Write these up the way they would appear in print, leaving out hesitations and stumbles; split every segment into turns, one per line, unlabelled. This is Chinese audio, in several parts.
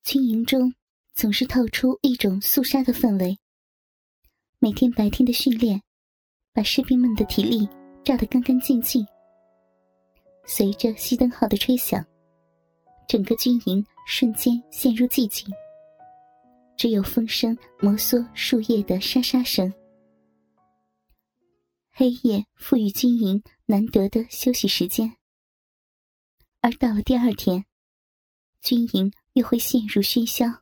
军营中总是透出一种肃杀的氛围。每天白天的训练把士兵们的体力照得干干净净。随着熄灯号的吹响，整个军营瞬间陷入寂静，只有风声摩挲树叶的沙沙声。黑夜赋予军营难得的休息时间，而到了第二天，军营又会陷入喧嚣。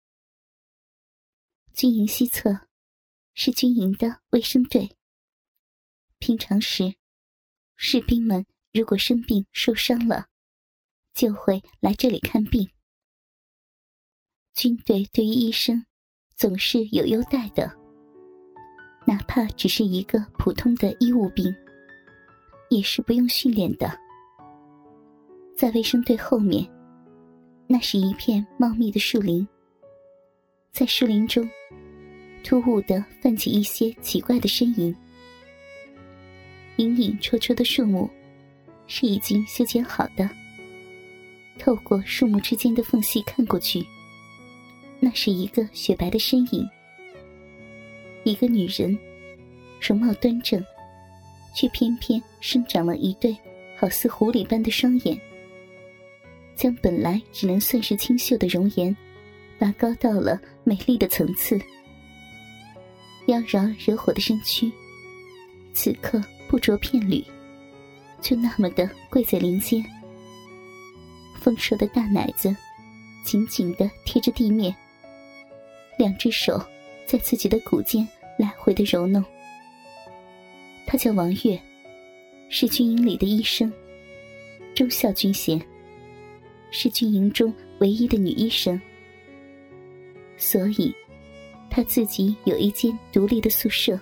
军营西侧是军营的卫生队，平常时士兵们如果生病受伤了，就会来这里看病。军队对于医生总是有优待的，哪怕只是一个普通的医务兵，也是不用训练的。在卫生队后面，那是一片茂密的树林，在树林中突兀地泛起一些奇怪的身影，隐隐绰绰的树木是已经修剪好的，透过树木之间的缝隙看过去，那是一个雪白的身影，一个女人，容貌端正，却偏偏生长了一对好似狐狸般的双眼，将本来只能算是清秀的容颜拔高到了美丽的层次。妖娆惹火的身躯此刻不着片缕，就那么的跪在林间，丰硕的大奶子紧紧地贴着地面，两只手在自己的骨间来回的揉弄。她叫王月，是军营里的医生，忠孝军衔，是军营中唯一的女医生，所以她自己有一间独立的宿舍。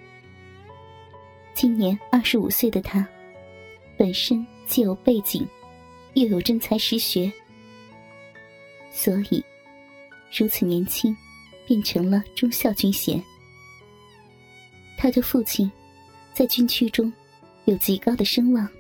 今年25岁的她，本身既有背景，又有真才实学，所以如此年轻变成了忠孝军衔。她的父亲在军区中有极高的声望。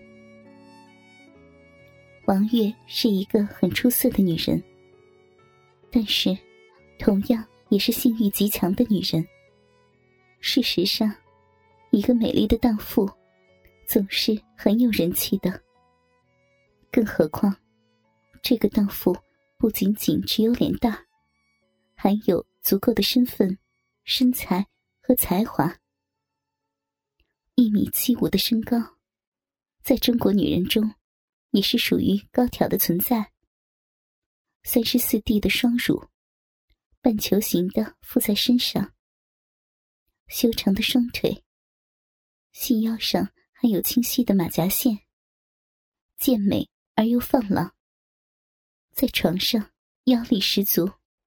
王月是一个很出色的女人，但是同样也是性欲极强的女人。事实上，一个美丽的荡妇总是很有人气的，更何况这个荡妇不仅仅只有脸大，还有足够的身份、身材和才华。1.75米的身高，在中国女人中也是属于高挑的存在。34D 的双乳，半球形的附在身上，修长的双腿，细腰上还有清晰的马甲线，健美而又放浪，在床上妖力十足。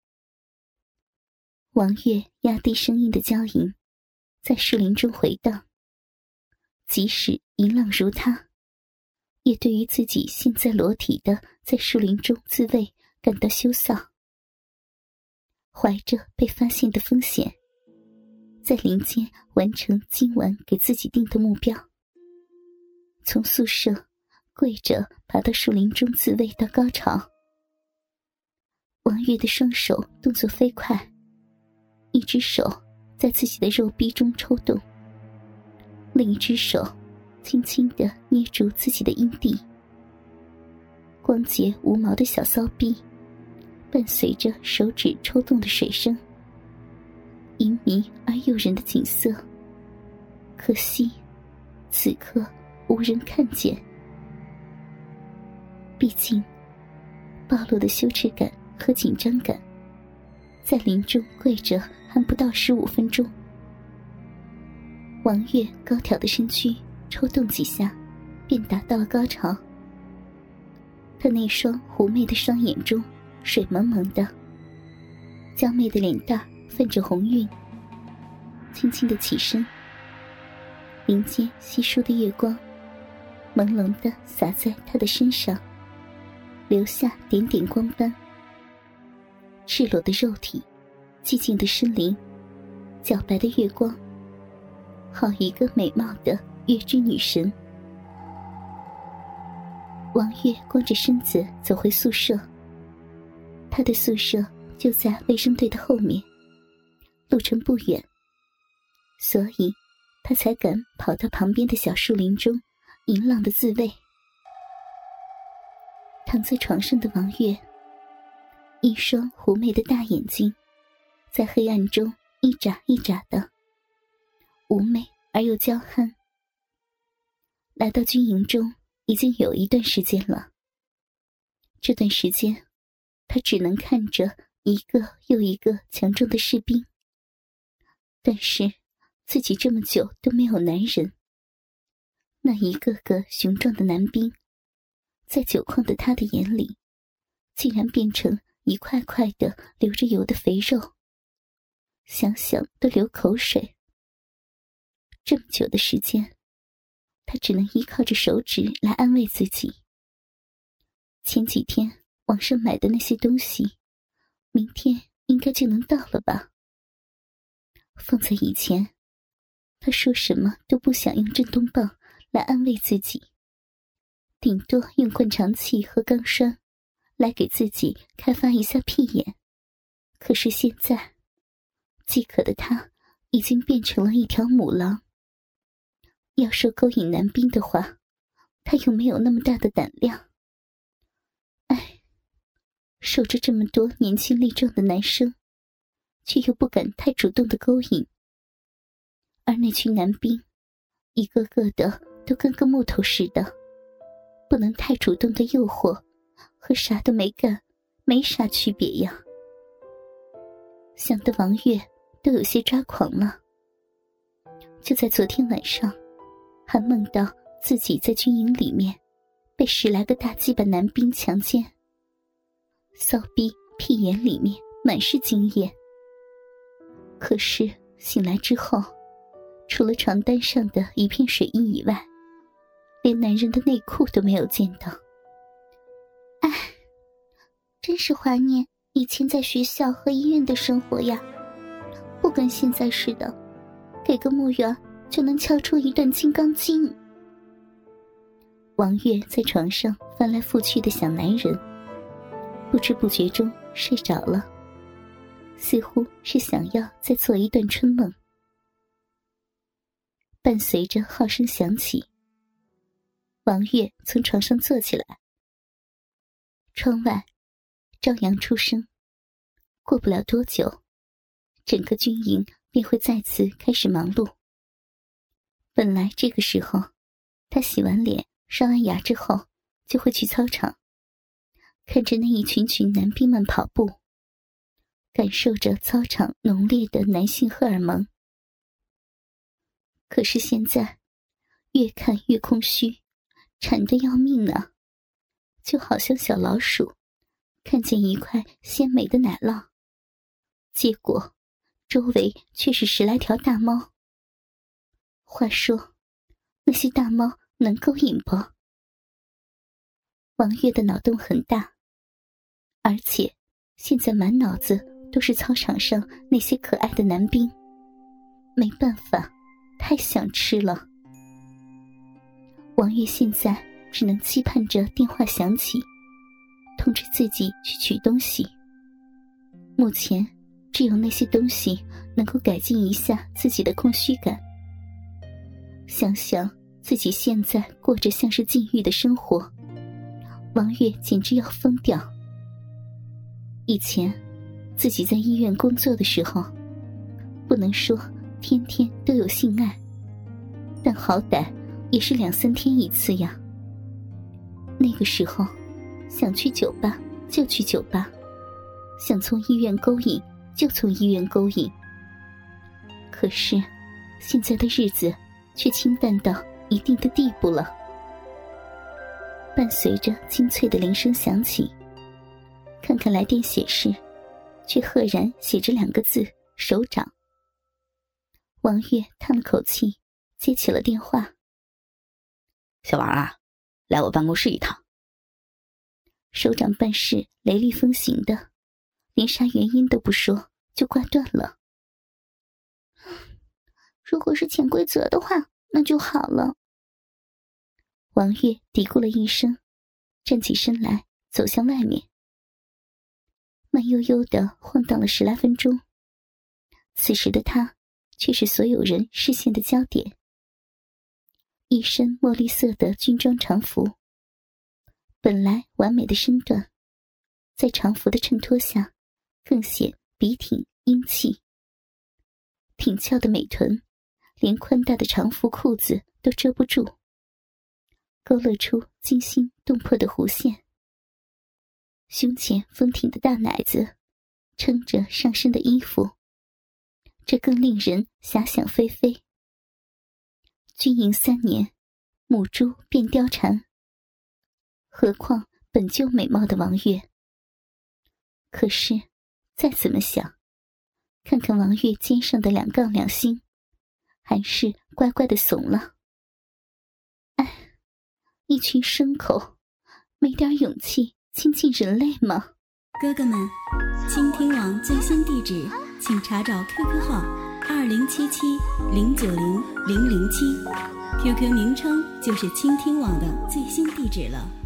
王月压低声音的娇吟在树林中回荡，即使淫浪如她，也对于自己现在裸体的在树林中自慰感到羞臊。怀着被发现的风险，在林间完成今晚给自己定的目标，从宿舍跪着爬到树林中自慰到高潮。王月的双手动作飞快，一只手在自己的肉壁中抽动，另一只手轻轻地捏住自己的阴蒂，光洁无毛的小骚逼伴随着手指抽动的水声，淫靡而诱人的景色，可惜此刻无人看见。毕竟暴露的羞耻感和紧张感，在林中跪着还不到15分钟，王月高挑的身躯抽动几下便达到了高潮。他那双狐媚的双眼中水蒙蒙的，娇媚的脸蛋泛着红晕，轻轻地起身，林间稀疏的月光朦胧地洒在他的身上，留下点点光斑。赤裸的肉体，寂静的森林，皎白的月光，好一个美貌的月之女神。王月光着身子走回宿舍， 他的宿舍就在卫生队的后面，路程不远，所以他才敢跑到旁边的小树林中淫浪的自慰。躺在床上的王月，一双狐媚的大眼睛在黑暗中一眨一眨的，妩媚而又娇憨。来到军营中已经有一段时间了，这段时间他只能看着一个又一个强壮的士兵，但是自己这么久都没有男人。那一个个雄壮的男兵，在酒矿的他的眼里，竟然变成一块块的流着油的肥肉，想想都流口水。这么久的时间，他只能依靠着手指来安慰自己。前几天网上买的那些东西，明天应该就能到了吧。放在以前，他说什么都不想用震动棒来安慰自己，顶多用灌肠器和钢栓来给自己开发一下屁眼。可是现在，饥渴的他已经变成了一条母狼。要说勾引男兵的话，他又没有那么大的胆量。守着这么多年轻力壮的男生，却又不敢太主动的勾引。而那群男兵，一个个的都跟个木头似的，不能太主动的诱惑，和啥都没干没啥区别呀。想得王月都有些抓狂了。就在昨天晚上，还梦到自己在军营里面被10来个大鸡巴男兵强奸，骚逼屁眼里面满是精液。可是醒来之后，除了床单上的一片水印以外，连男人的内裤都没有见到。真是怀念以前在学校和医院的生活呀，不跟现在似的，给个墓园就能敲出一段金刚经。王月在床上翻来覆去的想男人，不知不觉中睡着了，似乎是想要再做一段春梦。伴随着号声响起，王月从床上坐起来。窗外朝阳初升，过不了多久，整个军营便会再次开始忙碌。本来这个时候，他洗完脸刷完牙之后就会去操场，看着那一群群男兵们跑步，感受着操场浓烈的男性荷尔蒙。可是现在越看越空虚，馋得要命啊，就好像小老鼠看见一块鲜美的奶酪，结果周围却是10来条大猫。话说，那些大猫能勾引不？王月的脑洞很大，而且现在满脑子都是操场上那些可爱的男兵，没办法，太想吃了。王月现在只能期盼着电话响起，通知自己去取东西。目前只有那些东西能够改进一下自己的空虚感。想想自己现在过着像是禁欲的生活，王月简直要疯掉。以前自己在医院工作的时候，不能说天天都有性爱，但好歹也是2、3天一次呀。那个时候想去酒吧就去酒吧，想从医院勾引就从医院勾引。可是现在的日子却清淡到一定的地步了。伴随着清脆的铃声响起，看看来电显示，却赫然写着2个字：首长。王月叹了口气，接起了电话。
小王啊，来我办公室一趟。
首长办事雷厉风行的，连啥原因都不说就挂断了。如果是潜规则的话，那就好了。王月嘀咕了一声，站起身来走向外面。 慢悠悠地晃荡了10来分钟。此时的他却是所有人视线的焦点。一身墨绿色的军装长服，本来完美的身段，在长服的衬托下更显笔挺英气。挺翘的美臀连宽大的长服裤子都遮不住，勾勒出惊心动魄的弧线。胸前丰挺的大奶子撑着上身的衣服，这更令人遐想非非。军营3年，母猪变貂蝉，何况本就美貌的王月。可是再怎么想，看看王月肩上的2杠2星，还是乖乖的怂了。哎，一群牲口，没点勇气亲近人类吗？
哥哥们，倾听网最新地址，请查找 QQ 号2077090007，QQ 名称就是倾听网的最新地址了。